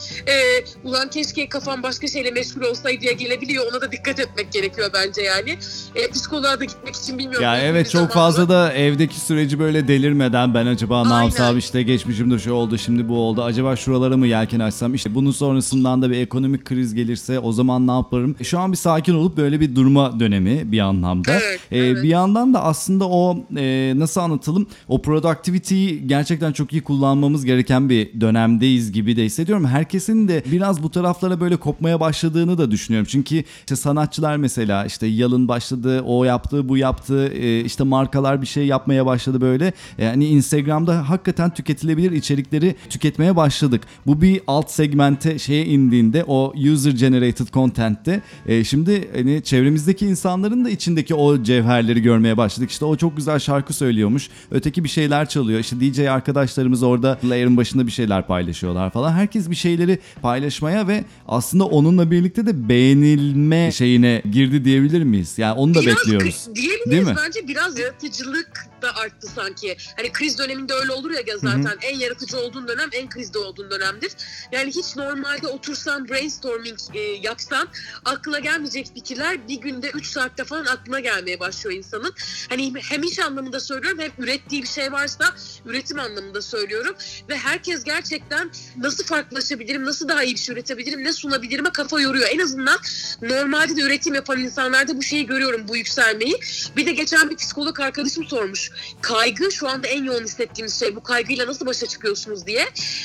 ulan keşke kafam başka şeyle meşgul olsaydı diye gelebiliyor. Ona da dikkat etmek gerekiyor bence yani. Psikoloğa da gitmek için bilmiyorum. Ya evet, çok fazla da evdeki süreci böyle delirmeden ben acaba ne yapsam, işte geçmişimde şu oldu, şimdi bu oldu, acaba şuralara mı yelken açsam, işte bunun sonrasından da bir ekonomik kriz gelirse o zaman ne yaparım? Şu an bir sakin olup böyle bir durma dönemi bir anlamda. Evet. Bir yandan da aslında o nasıl anlatalım, o productivity'yi gerçekten çok iyi kullanmamız gereken bir dönemdeyiz gibi de hissediyorum. Herkesin de biraz bu taraflara böyle kopmaya başladığını da düşünüyorum. Çünkü işte sanatçılar mesela işte yalın başladı, o yaptı, bu yaptı, işte markalar bir şey yapmaya başladı böyle. Yani Instagram'da hakikaten tüketilebilir içerikleri tüketmeye başladık. Bu bir alt segmente indiğinde, o user generated content'te şimdi hani çevremizdeki insanların da içindeki o cevherleri görmeye başladık. İşte o çok güzel şarkı söylüyormuş, öteki bir şeyler çalıyor, işte DJ arkadaşlarımız orada layer'ın başında bir şeyler paylaşıyorlar falan. Herkes bir şeyleri paylaşmaya ve aslında onunla birlikte de beğenilme şeyine girdi diyebilir miyiz? Yani onu da bekliyoruz. Değil mi? Bence biraz yaratıcılık da arttı sanki. Hani kriz döneminde öyle olur ya zaten. Hı-hı. En yaratıcı olduğun dönem en krizde olduğun dönemdir. Yani hiç normalde otursan brainstorming yapsan aklına gelmeyecek fikirler bir günde 3 saatte falan aklına gelmeye başlıyor insanın. Hani hem iş anlamında söylüyorum, hem ürettiği bir şey varsa üretim anlamında söylüyorum. Ve herkes gerçekten nasıl farklılaşabilirim, nasıl daha iyi bir şey üretebilirim, ne sunabilirim'e kafa yoruyor. En azından normalde de üretim yapan insanlarda bu şeyi görüyorum, bu yükselmeyi. Bir de geçen bir psikolog arkadaşım sormuş. Kaygı şu anda en yoğun hissettiğimiz şey. Bu kaygıyla nasıl başa çıkıyorsunuz diye.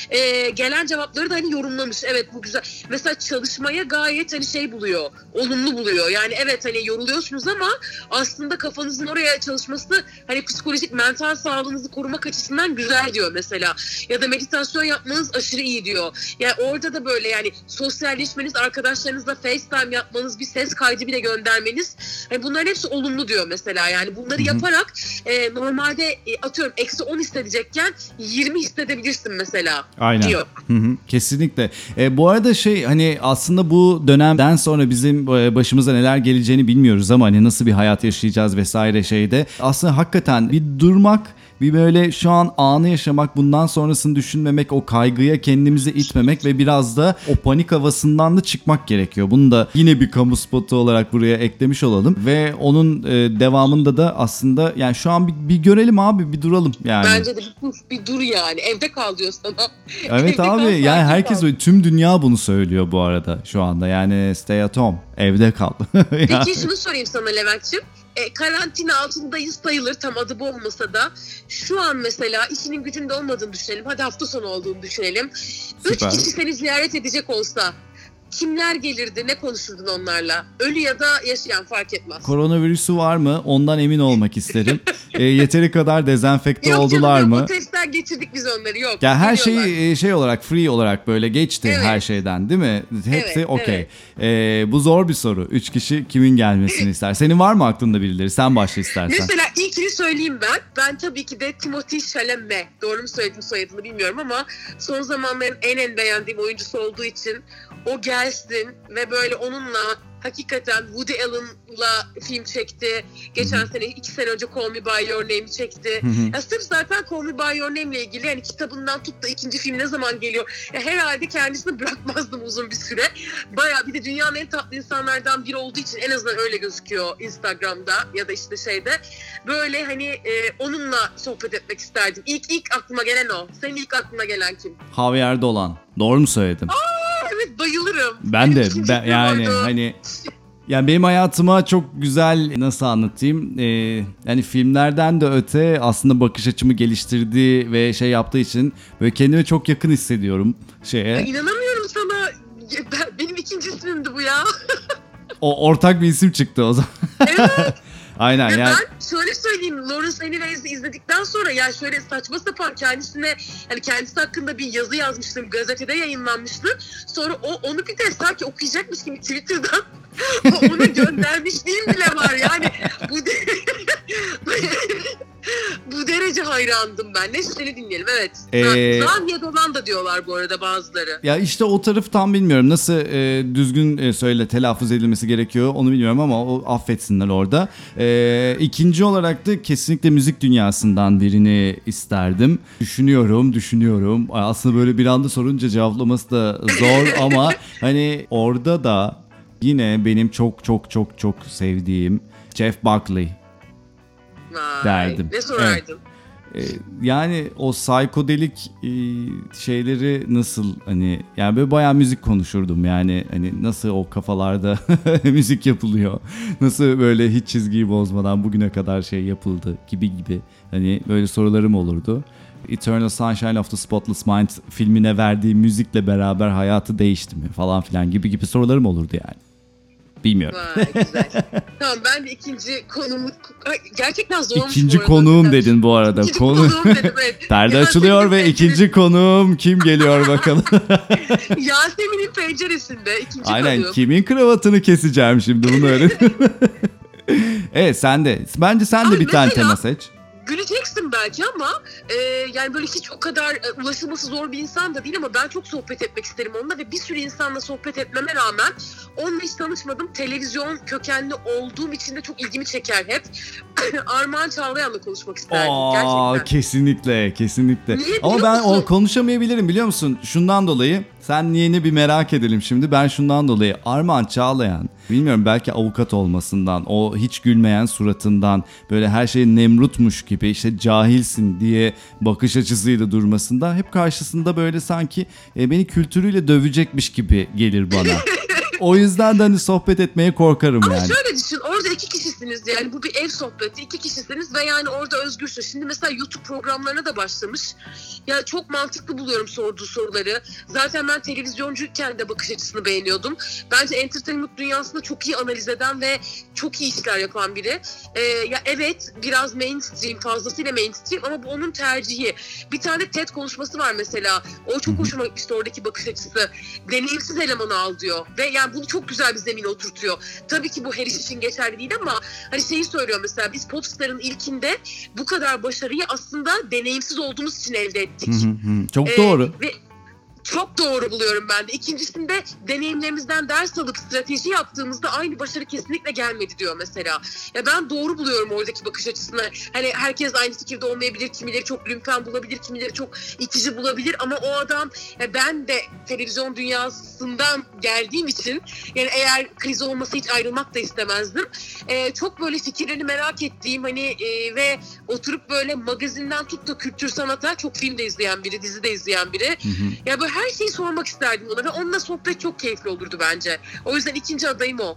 Gelen cevapları da hani yorumlamış. Evet, bu güzel. Mesela çalışmaya gayet hani buluyor. Olumlu buluyor. Yani evet, hani yoruluyorsunuz ama aslında kafanızın oraya çalışması hani psikolojik, mental sağlığınızı korumak açısından güzel diyor mesela. Ya da meditasyon yapmanız aşırı iyi diyor. Yani orada da böyle yani sosyalleşmeniz, arkadaşlarınızla FaceTime yapmanız, bir ses kaydı bile göndermeniz. Hani bunların hepsi olumlu diyor mesela. Yani bunları yaparak normalde atıyorum eksi 10 hissedecekken 20 hissedebilirsin mesela. Aynen. Diyor. Kesinlikle. Bu arada hani aslında bu dönemden sonra bizim başımıza neler geleceğini bilmiyoruz ama hani nasıl bir hayat yaşayacağız vesaire şeyde. Aslında hakikaten bir durmak, bir böyle şu an anı yaşamak, bundan sonrasını düşünmemek, o kaygıya kendimizi itmemek ve biraz da o panik havasından da çıkmak gerekiyor. Bunu da yine bir kamu spotu olarak buraya eklemiş olalım ve onun devamında da aslında yani şu an bir görelim abi, bir duralım yani. Bence de bir dur yani, evde kal diyor sana. Evet abi, yani herkes tüm dünya bunu söylüyor bu arada şu anda, yani stay at home, evde kal. Peki şunu sorayım sana Levent'ciğim. Karantina altındayız sayılır, tam adı bu olmasa da. Şu an mesela işinin gücünde olmadığını düşünelim. Hadi hafta sonu olduğunu düşünelim. Süper. 3 kişi seni ziyaret edecek olsa kimler gelirdi? Ne konuşurdun onlarla? Ölü ya da yaşayan fark etmez. Koronavirüsü var mı? Ondan emin olmak isterim. Yeteri kadar dezenfekte yok oldular canım, mı? Yok, testler geçirdik biz onları, yok. Ya her şey olarak, free olarak böyle geçti, evet. Her şeyden değil mi? Hepsi evet, okey. Evet. Bu zor bir soru. 3 kişi kimin gelmesini ister? Senin var mı aklında birileri? Sen başla istersen. Mesela ilkini söyleyeyim ben. Ben tabii ki de Timothée Chalamet. Doğru mu söyledim soyadını bilmiyorum ama son zamanların en beğendiğim oyuncusu olduğu için o gelsin ve böyle onunla Hakikaten Woody Allen'la film çekti. Geçen sene, 2 sene önce Call Me By Your Name'i çekti. Ya sırf zaten Call Me By Your Name'le ilgili yani kitabından tut da ikinci film ne zaman geliyor? Ya herhalde kendisini bırakmazdım uzun bir süre. Bayağı, bir de dünyanın en tatlı insanlardan biri olduğu için en azından öyle gözüküyor Instagram'da ya da işte şeyde. Böyle hani onunla sohbet etmek isterdim. İlk aklıma gelen o. Senin ilk aklına gelen kim? Javier Dolan. Doğru mu söyledim? Evet, bayılırım. Ben Benim de ikinci film yani oydu. hani yani benim hayatıma çok güzel, nasıl anlatayım, yani filmlerden de öte aslında bakış açımı geliştirdiği ve şey yaptığı için böyle kendimi çok yakın hissediyorum şeye. Ya İnanamıyorum sana. Benim ikinci ismimdi bu ya. O ortak bir isim çıktı o zaman. Evet. Aynen Ve yani. ben şöyle söyleyeyim, Lawrence Anyways'i izledikten sonra yani şöyle saçma sapan kendisine, yani kendisi hakkında bir yazı yazmıştım, gazetede yayınlanmıştı. Sonra onu bir de sanki okuyacakmış gibi Twitter'dan ona göndermişliğim bile var yani. Bu derece hayrandım ben. Neyse, seni dinleyelim, evet. Zaniye Dolan da diyorlar bu arada bazıları. Ya işte o tarafı tam bilmiyorum. Nasıl düzgün söyle telaffuz edilmesi gerekiyor onu bilmiyorum ama o affetsinler orada. İkinci olarak da kesinlikle müzik dünyasından birini isterdim. Düşünüyorum. Aslında böyle bir anda sorunca cevaplaması da zor ama hani orada da yine benim çok sevdiğim Jeff Buckley Vay, derdim. ne sorardın? Yani o psikodelik şeyleri nasıl, hani yani böyle bayağı müzik konuşurdum yani, hani nasıl o kafalarda müzik yapılıyor, nasıl böyle hiç çizgiyi bozmadan bugüne kadar şey yapıldı gibi hani böyle sorularım olurdu. Eternal Sunshine of the Spotless Mind filmine verdiği müzikle beraber hayatı değişti mi falan filan gibi sorularım olurdu yani. Bilmiyorum. Vay, güzel. Tamam, ben de ikinci konumu... Gerçekten zormuş İkinci bu arada. konuğum dedin bu arada. İkinci konuğum dedim, evet. Perde açılıyor ve ikinci konuğum kim geliyor bakalım. Yasemin'in penceresinde ikinci Aynen, konuğum. kimin kravatını keseceğim şimdi, bunu öğren. Evet, sen de. Bence sen de Abi bir tane mesela- tema seç. Güleceksin belki ama yani böyle hiç o kadar ulaşılması zor bir insan da değil ama ben çok sohbet etmek isterim onunla ve bir sürü insanla sohbet etmeme rağmen onunla hiç tanışmadım. Televizyon kökenli olduğum için de çok ilgimi çeker hep. Armağan Çağlayan'la konuşmak isterdim gerçekten. Kesinlikle. Niye Ama biliyor ben o musun? konuşamayabilirim, biliyor musun? Şundan dolayı, sen niyeni bir merak edelim şimdi. Ben şundan dolayı, Armağan Çağlayan, bilmiyorum, belki avukat olmasından, o hiç gülmeyen suratından, böyle her şey Nemrutmuş gibi, işte cahilsin diye bakış açısıyla durmasında, hep karşısında böyle sanki beni kültürüyle dövecekmiş gibi gelir bana. O yüzden de hani sohbet etmeye korkarım Ama yani. şöyle düşün, orada 2 kişisiniz yani, bu bir ev sohbeti, 2 kişisiniz ve yani orada özgürsün. Şimdi mesela YouTube programlarına da başlamış. Ya çok mantıklı buluyorum sorduğu soruları. Zaten ben televizyoncuyken de bakış açısını beğeniyordum. Bence entertainment dünyasında çok iyi analiz eden ve çok iyi işler yapan biri. Ya evet, biraz mainstream, fazlasıyla mainstream ama bu onun tercihi. Bir tane TED konuşması var mesela. O çok hoşuma gitmişti, oradaki bakış açısı. Deneyimsiz elemanı al diyor. Ve yani bunu çok güzel bir zemine oturtuyor. Tabii ki bu her iş için geçerli değil ama hani şeyi söylüyor mesela, biz Popstar'ın ilkinde bu kadar başarıyı aslında deneyimsiz olduğumuz için elde ettik. Çok doğru. Ve çok doğru buluyorum ben de. İkincisinde deneyimlerimizden ders alıp strateji yaptığımızda aynı başarı kesinlikle gelmedi diyor mesela. Ya ben doğru buluyorum oradaki bakış açısını. Hani herkes aynı fikirde olmayabilir. Kimileri çok lümpen bulabilir, kimileri çok itici bulabilir ama o adam, ya ben de televizyon dünyasından geldiğim için yani eğer kriz olması hiç ayrılmak da istemezdim. Çok böyle fikirlerini merak ettiğim hani ve oturup böyle magazinden tut da kültür sanata, çok film de izleyen biri, dizi de izleyen biri. Ya böyle her şeyi sormak isterdim ona ve onunla sohbet çok keyifli olurdu bence. O yüzden ikinci adayım o.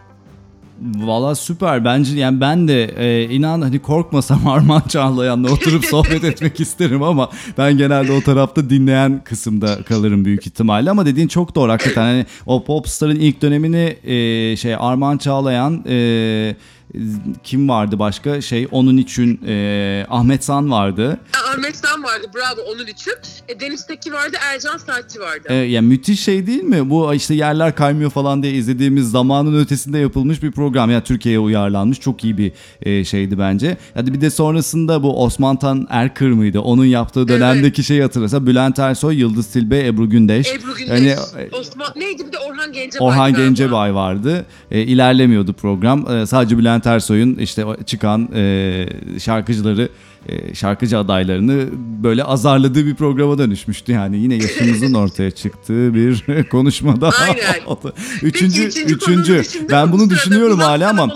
Valla süper. Bence yani ben de inan hani korkmasam Armağan Çağlayan'la oturup sohbet etmek isterim ama ben genelde o tarafta dinleyen kısımda kalırım büyük ihtimalle. Ama dediğin çok doğru hakikaten. Hani o Popstar'ın ilk dönemini Armağan Çağlayan kim vardı başka? Onun için Ahmet San vardı. Ahmet San vardı, bravo, onun için. Deniz Tekin vardı, Ercan Saatçi vardı. Yani müthiş şey değil mi? Bu işte yerler kaymıyor falan diye izlediğimiz zamanın ötesinde yapılmış bir program. Yani Türkiye'ye uyarlanmış çok iyi bir şeydi bence. Hadi bir de sonrasında bu Osman Tan Erkır mıydı? Onun yaptığı dönemdeki şeyi hatırlasa Bülent Ersoy, Yıldız Tilbe, Ebru Gündeş. Ebru Gündeş. Yani, Osman neydi, bir de Orhan Gencebay. Orhan Gencebay vardı. İlerlemiyordu program. Sadece Bülent Ersoy'un işte çıkan şarkıcıları, şarkıcı adaylarını böyle azarladığı bir programa dönüşmüştü. Yani yine yaşımızın ortaya çıktığı bir konuşmada. Aynen. Üçüncü. Ben bunu düşünüyorum hala ama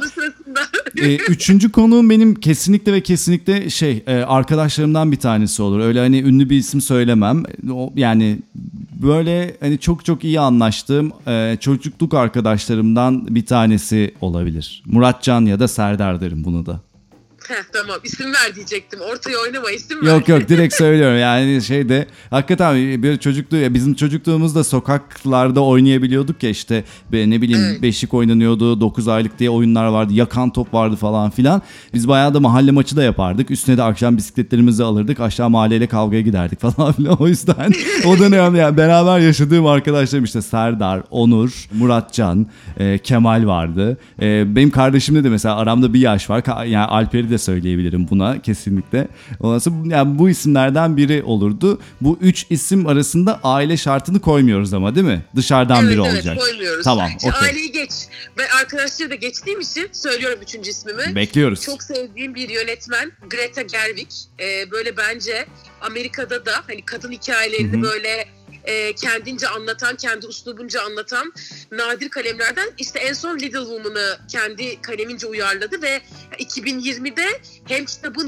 üçüncü konuğum benim kesinlikle ve kesinlikle arkadaşlarımdan bir tanesi olur. Öyle hani ünlü bir isim söylemem. Yani böyle hani çok çok iyi anlaştığım çocukluk arkadaşlarımdan bir tanesi olabilir. Muratcan ya da Serdar derim bunu da. Tamam, isim ver diyecektim. Ortaya oynama, isim ver. Yok direkt söylüyorum yani hakikaten bir bizim çocukluğumuzda sokaklarda oynayabiliyorduk ya işte ne bileyim evet. Beşik oynanıyordu, 9 aylık diye oyunlar vardı, yakan top vardı falan filan. Biz bayağı da mahalle maçı da yapardık. Üstüne de akşam bisikletlerimizi alırdık, aşağı mahalleyle kavgaya giderdik falan filan. O yüzden o dönem yani beraber yaşadığım arkadaşlarım işte Serdar, Onur, Muratcan, Kemal vardı. Benim kardeşimle de mesela aramda bir yaş var. Yani Alper'i de söyleyebilirim buna kesinlikle. Yani bu isimlerden biri olurdu. Bu 3 isim arasında aile şartını koymuyoruz ama değil mi? Dışarıdan biri olacak. Evet, koymuyoruz. Tamam, okey. Aileyi geç. Ben arkadaşları da geçtiğim için söylüyorum 3. ismimi. Bekliyoruz. Çok sevdiğim bir yönetmen Greta Gerwig. Böyle bence Amerika'da da hani kadın hikayelerini böyle kendince anlatan, kendi üslubunca anlatan nadir kalemlerden. İşte en son Little Woman'ı kendi kalemince uyarladı ve 2020'de hem kitabın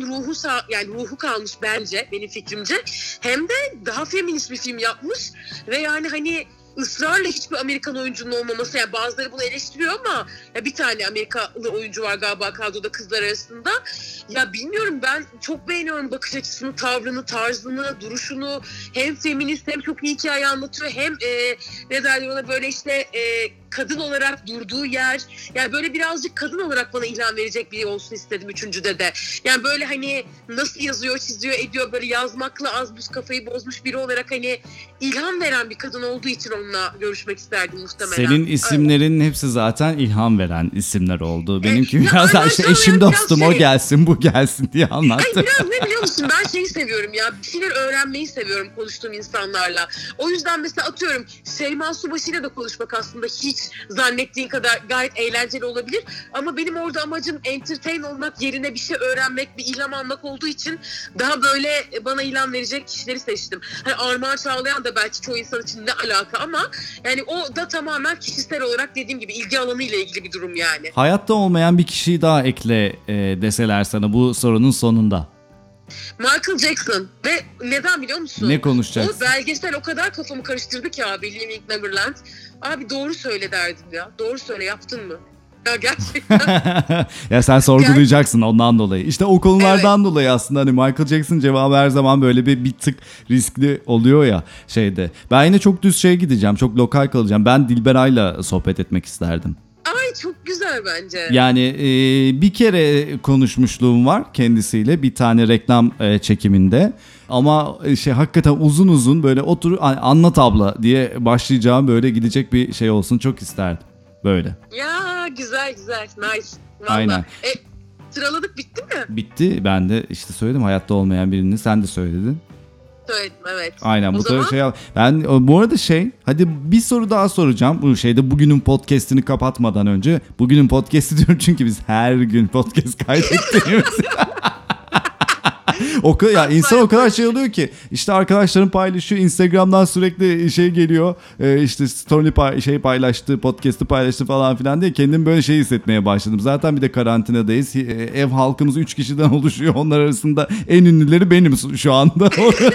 ruhu kalmış bence, benim fikrimce, hem de daha feminist bir film yapmış ve yani hani ısrarla hiçbir Amerikan oyuncunun olmaması, yani bazıları bunu eleştiriyor ama ya bir tane Amerikalı oyuncu var galiba kadroda kızlar arasında. Ya bilmiyorum, ben çok beğeniyorum bakış açısını, tavrını, tarzını, duruşunu. Hem feminist, hem çok iyi hikaye anlatıyor, hem ne derler ona, böyle işte kadın olarak durduğu yer. Yani böyle birazcık kadın olarak bana ilham verecek biri olsun istedim 3.'de de. Yani böyle hani nasıl yazıyor, çiziyor, ediyor, böyle yazmakla az buz kafayı bozmuş biri olarak hani ilham veren bir kadın olduğu için onunla görüşmek isterdim muhtemelen. Senin isimlerin hepsi zaten ilham veren isimler oldu. Benimki biraz daha işte eşim dostum o gelsin bu gelsin diye anlattı. Hayır, biraz ne biliyor musun, ben şeyi seviyorum ya, bir şeyler öğrenmeyi seviyorum konuştuğum insanlarla. O yüzden mesela atıyorum Şeyma Subaşı'yla da konuşmak aslında hiç zannettiğin kadar gayet eğlenceli olabilir. Ama benim orada amacım entertain olmak yerine bir şey öğrenmek, bir ilham almak olduğu için daha böyle bana ilham verecek kişileri seçtim. Hani Armağan Çağlayan da belki çoğu insan için ne alaka ama yani o da tamamen kişisel olarak dediğim gibi ilgi alanı ile ilgili bir durum yani. Hayatta olmayan bir kişiyi daha ekle deseler sana bu sorunun sonunda. Michael Jackson ve neden biliyor musun? Ne konuşacaksın? O belgesel o kadar kafamı karıştırdı ki abi, Living Neverland. Abi doğru söyle derdim ya. Doğru söyle, yaptın mı? Ya gerçekten. Ya sen sorgulayacaksın ondan dolayı. İşte o konulardan dolayı aslında hani Michael Jackson cevabı her zaman böyle bir tık riskli oluyor ya şeyde. Ben yine çok düz gideceğim. Çok lokal kalacağım. Ben Dilberay'la sohbet etmek isterdim. Ay çok güzel bence. Yani bir kere konuşmuşluğum var kendisiyle bir tane reklam çekiminde. Ama hakikaten uzun uzun böyle otur anlat abla diye başlayacağım, böyle gidecek bir şey olsun çok isterdim. Böyle. Ya güzel nice. Vallahi. Aynen. Sıraladık, bitti mi? Bitti, ben de işte söyledim hayatta olmayan birini, sen de söyledin. Söyledim, evet. Aynen, o bu zaman... ben bu arada hadi bir soru daha soracağım. Bu bugünün podcast'ini kapatmadan önce. Bugünün podcast'i diyorum çünkü biz her gün podcast kaydettiğimiz. İnsan o kadar oluyor ki işte arkadaşlarım paylaşıyor, Instagram'dan sürekli geliyor, işte story paylaştı, podcast'ı paylaştı falan filan diye kendim böyle hissetmeye başladım. Zaten bir de karantinadayız, ev halkımız 3 kişiden oluşuyor, onlar arasında en ünlüleri benim şu anda.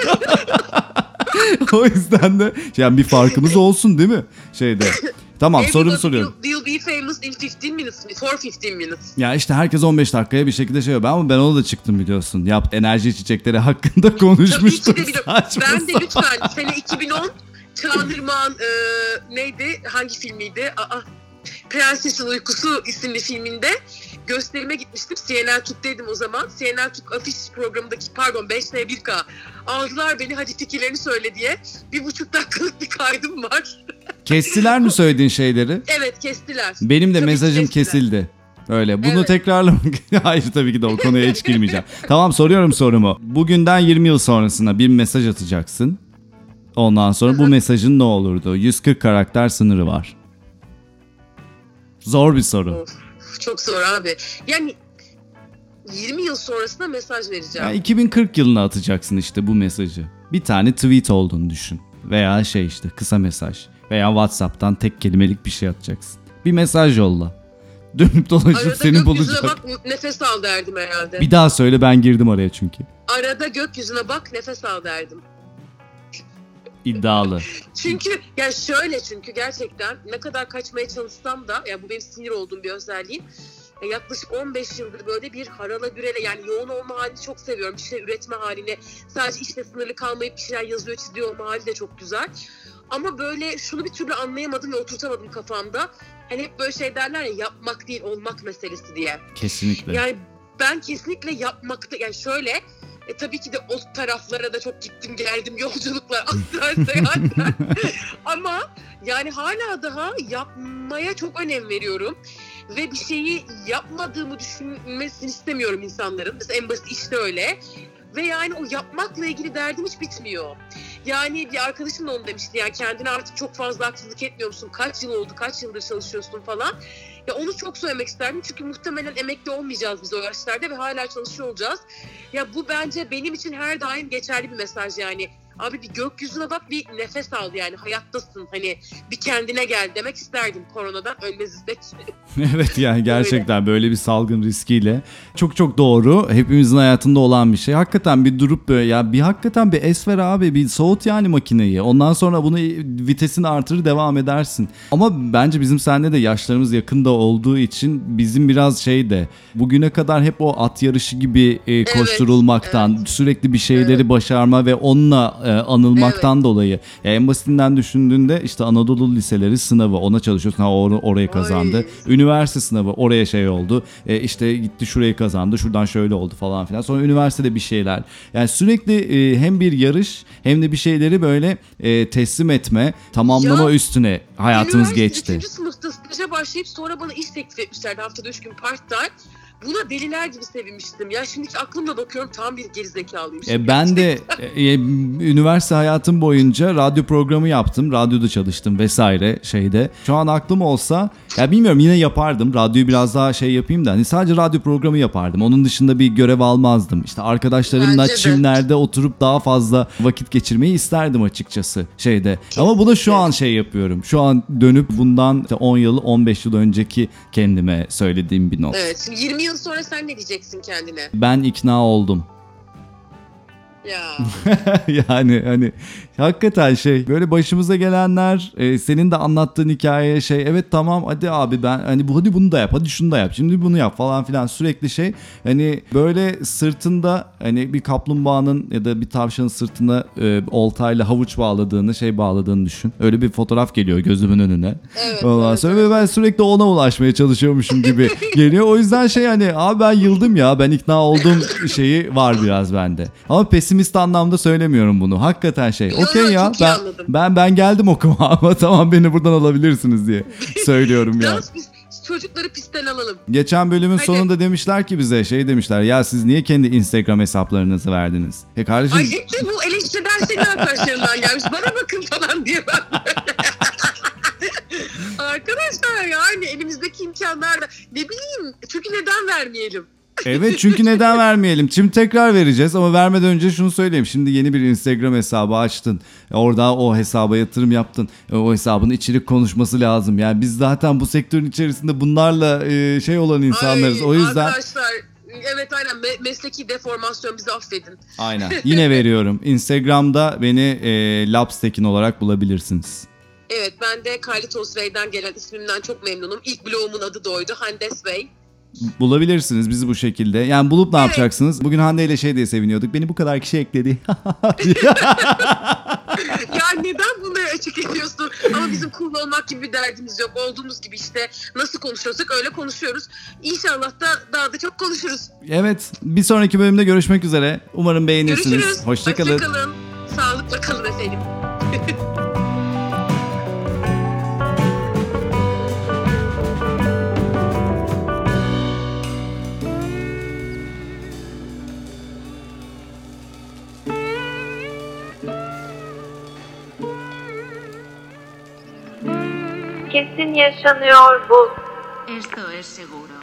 O yüzden de bir farkımız olsun değil mi Tamam, sorumu soruyorum. We'll be famous in 15 minutes. For 15 minutes. Ya işte herkes 15 dakikaya bir şekilde yapıyor. Ama ben ona da çıktım biliyorsun. Enerji içecekleri hakkında konuşmuştuk. Ben de lütfen sene 2010 Çağınırmağ'ın neydi? Hangi filmiydi? Prensesin Uykusu isimli filminde gösterime gitmiştim. CNN Türk'teydim o zaman. CNN Türk afiş programındaki 5N1K aldılar beni, hadi fikirlerini söyle diye. 1,5 dakikalık bir kaydım var. Kestiler mi söylediğin şeyleri? Evet, kestiler. Benim de Tabii ki mesajım kestiler. kesildi. Öyle. Bunu Evet. tekrarlamak... Hayır, tabii ki de o konuya hiç girmeyeceğim. Tamam, soruyorum sorumu. Bugünden 20 yıl sonrasına bir mesaj atacaksın. Ondan sonra bu mesajın ne olurdu? 140 karakter sınırı var. Zor bir soru. Of, çok zor abi. Yani 20 yıl sonrasında mesaj vereceğim. Yani 2040 yılına atacaksın işte bu mesajı. Bir tane tweet olduğunu düşün. Veya işte kısa mesaj. Veya WhatsApp'tan tek kelimelik bir şey atacaksın. Bir mesaj yolla. Dönüp dolaşıp Arada seni gökyüzüne bulacak. bak, nefes al derdim herhalde. Bir daha söyle, ben girdim araya çünkü. Arada gökyüzüne bak, nefes al derdim. İddialı. Çünkü yani şöyle, çünkü gerçekten ne kadar kaçmaya çalışsam da, yani bu benim sinir olduğum bir özelliğim. Yaklaşık 15 yıldır böyle bir harala gürele, yani yoğun olma halini çok seviyorum. Bir şey üretme halini, sadece işte sınırlı kalmayıp bir şeyler yazıyor, çiziyor olma hali de çok güzel. Ama böyle şunu bir türlü anlayamadım ve oturtamadım kafamda. Hani hep böyle şey derler ya, yapmak değil olmak meselesi diye. Kesinlikle. Yani ben kesinlikle yapmakta, yani şöyle, tabii ki de o taraflara da çok gittim geldim, yolculuklar, aslan seyahatler. Ama yani hala daha yapmaya çok önem veriyorum. Ve bir şeyi yapmadığımı düşünmesini istemiyorum insanların. Mesela en basit işte öyle. Ve yani o yapmakla ilgili derdim hiç bitmiyor. Yani bir arkadaşım da onu demişti. Yani kendine artık çok fazla haksızlık etmiyor musun? Kaç yıl oldu, kaç yıldır çalışıyorsun falan. Ya onu çok söylemek isterdim. Çünkü muhtemelen emekli olmayacağız biz o yaşlarda ve hala çalışıyor olacağız. Ya bu bence benim için her daim geçerli bir mesaj yani. Abi bir gökyüzüne bak, bir nefes al, yani hayattasın, hani bir kendine gel demek isterdim koronadan ölmeziz de. Evet, yani gerçekten böyle bir salgın riskiyle çok çok doğru, hepimizin hayatında olan bir şey. Hakikaten bir durup böyle, ya bir hakikaten bir es ver abi, bir soğut yani makineyi. Ondan sonra bunu vitesini artırır devam edersin. Ama bence bizim seninle de yaşlarımız yakında olduğu için bizim biraz şey de, bugüne kadar hep o at yarışı gibi koşturulmaktan, sürekli bir şeyleri başarma ve onunla anılmaktan dolayı. Ya en basitinden düşündüğünde işte Anadolu liseleri sınavı, ona çalışıyorsun, ha orayı kazandı. Üniversite sınavı, oraya şey oldu. İşte gitti şurayı kazandı, şuradan şöyle oldu falan filan. Sonra üniversitede bir şeyler. Yani sürekli hem bir yarış hem de bir şeyleri böyle teslim etme, tamamlama üstüne hayatımız geçti. 3. sınıfta staja başlayıp sonra bana iş teklif etmişlerdi, haftada 3 gün part-time. Buna deliler gibi sevinmiştim. Ya şimdiki aklımla bakıyorum, tam bir gerizekalıymışım. Ben de üniversite hayatım boyunca radyo programı yaptım. Radyoda çalıştım vesaire şeyde. Şu an aklım olsa, ya bilmiyorum, yine yapardım. Radyoyu biraz daha şey yapayım da, hani sadece radyo programı yapardım. Onun dışında bir görev almazdım. İşte arkadaşlarımla Bence de. çimlerde oturup daha fazla vakit geçirmeyi isterdim açıkçası şeyde. Ama bunu şu an şey yapıyorum. Şu an dönüp bundan 10 yıl 15 yıl önceki kendime söylediğim bir not. Evet, şimdi 20 yıl sonra sen ne diyeceksin kendine? Ben ikna oldum. Ya. Yani hani hakikaten şey, böyle başımıza gelenler, senin de anlattığın hikaye şey, evet tamam hadi abi, ben hani hadi bunu da yap, hadi şunu da yap, şimdi bunu yap falan filan, sürekli şey, hani böyle sırtında, hani bir kaplumbağanın ya da bir tavşanın sırtına oltayla havuç bağladığını düşün. Öyle bir fotoğraf geliyor gözümün önüne. Evet, Ondan sonra ve ben sürekli ona ulaşmaya çalışıyormuşum gibi geliyor. O yüzden şey, hani abi ben yıldım ya, ben ikna oldum şeyi var biraz bende. Ama pesimist anlamda söylemiyorum bunu. Hakikaten şey. Okey ya, çok iyi anladım. ben geldim okuma ama tamam, beni buradan alabilirsiniz diye söylüyorum ya. Yalnız biz çocukları pistten alalım. Geçen bölümün Hadi. sonunda demişler ki bize, şey demişler ya, siz niye kendi Instagram hesaplarınızı verdiniz? Kardeşim. Ay hep de bu eleştiriden senin arkadaşlarından gelmiş. Bana bakın falan diye ben. Arkadaşlar yani elimizdeki imkanlarla, ne bileyim, çünkü neden vermeyelim? Evet, çünkü neden vermeyelim? Şimdi tekrar vereceğiz ama vermeden önce şunu söyleyeyim. Şimdi yeni bir Instagram hesabı açtın. Orada o hesaba yatırım yaptın. O hesabın içerik konuşması lazım. Yani biz zaten bu sektörün içerisinde bunlarla şey olan insanlarız. O yüzden... Arkadaşlar, evet aynen, mesleki deformasyon, bizi affedin. Aynen. Yine veriyorum. Instagram'da beni Lapstekin olarak bulabilirsiniz. Evet, ben de Carlitos Rey'den gelen ismimden çok memnunum. İlk blogumun adı da oydu, Handes Bey. Bulabilirsiniz bizi bu şekilde. Yani bulup ne yapacaksınız? Bugün Hande ile şey diye seviniyorduk. Beni bu kadar kişi ekledi. Ya Sen neden bunları açık ediyorsun? Ama bizim cool olmak gibi bir derdimiz yok. Olduğumuz gibi işte nasıl konuşuyorsak öyle konuşuyoruz. İnşallah da daha da çok konuşuruz. Evet, bir sonraki bölümde görüşmek üzere. Umarım beğenirsiniz. Görüşürüz. Hoşça kalın. Sağlıkla kalın efendim. Kesin yaşanıyor bu. Esto es seguro.